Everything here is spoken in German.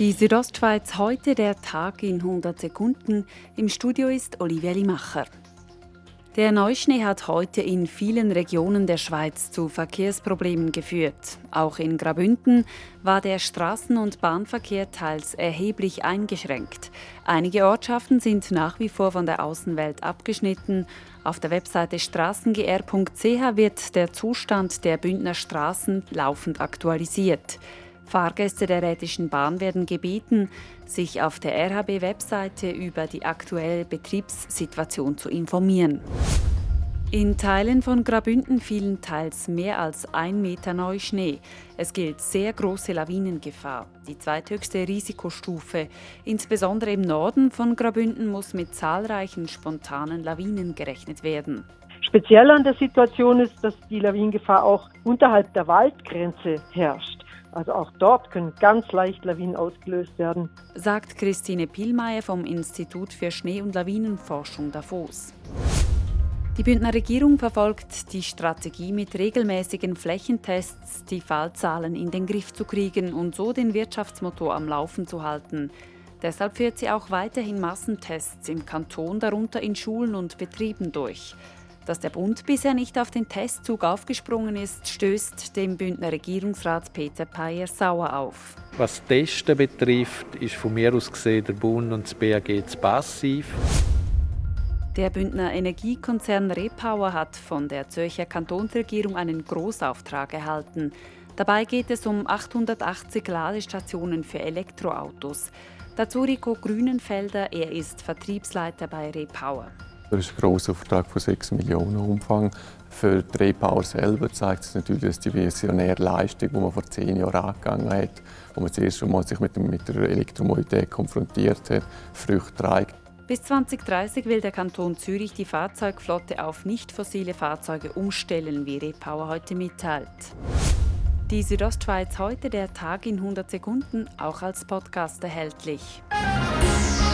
Die Südostschweiz heute, der Tag in 100 Sekunden. Im Studio ist Olivia Limacher. Der Neuschnee hat heute in vielen Regionen der Schweiz zu Verkehrsproblemen geführt. Auch in Graubünden war der Straßen- und Bahnverkehr teils erheblich eingeschränkt. Einige Ortschaften sind nach wie vor von der Außenwelt abgeschnitten. Auf der Webseite strassengr.ch wird der Zustand der Bündner Straßen laufend aktualisiert. Fahrgäste der Rhätischen Bahn werden gebeten, sich auf der RHB-Webseite über die aktuelle Betriebssituation zu informieren. In Teilen von Graubünden fielen teils mehr als 1 Meter Neuschnee. Es gilt sehr große Lawinengefahr, die zweithöchste Risikostufe. Insbesondere im Norden von Graubünden muss mit zahlreichen spontanen Lawinen gerechnet werden. Speziell an der Situation ist, dass die Lawinengefahr auch unterhalb der Waldgrenze herrscht. Also auch dort können ganz leicht Lawinen ausgelöst werden, sagt Christine Pihlmeier vom Institut für Schnee- und Lawinenforschung Davos. Die Bündner Regierung verfolgt die Strategie, mit regelmäßigen Flächentests die Fallzahlen in den Griff zu kriegen und so den Wirtschaftsmotor am Laufen zu halten. Deshalb führt sie auch weiterhin Massentests im Kanton, darunter in Schulen und Betrieben durch. Dass der Bund bisher nicht auf den Testzug aufgesprungen ist, stößt dem Bündner Regierungsrat Peter Payer sauer auf. Was Testen betrifft, ist von mir aus gesehen der Bund und das BAG zu passiv. Der Bündner Energiekonzern Repower hat von der Zürcher Kantonsregierung einen Großauftrag erhalten. Dabei geht es um 880 Ladestationen für Elektroautos. Dazu Rico Grünenfelder, er ist Vertriebsleiter bei Repower. Das ist ein grosser Auftrag von 6 Millionen Umfang. Für die Repower selber zeigt es natürlich, dass die visionäre Leistung, die man vor 10 Jahren angegangen hat, wo man zuerst schon mal sich mit der Elektromobilität konfrontiert hat, Früchte trägt. Bis 2030 will der Kanton Zürich die Fahrzeugflotte auf nicht fossile Fahrzeuge umstellen, wie Repower heute mitteilt. Die Südostschweiz heute, der Tag in 100 Sekunden, auch als Podcast erhältlich.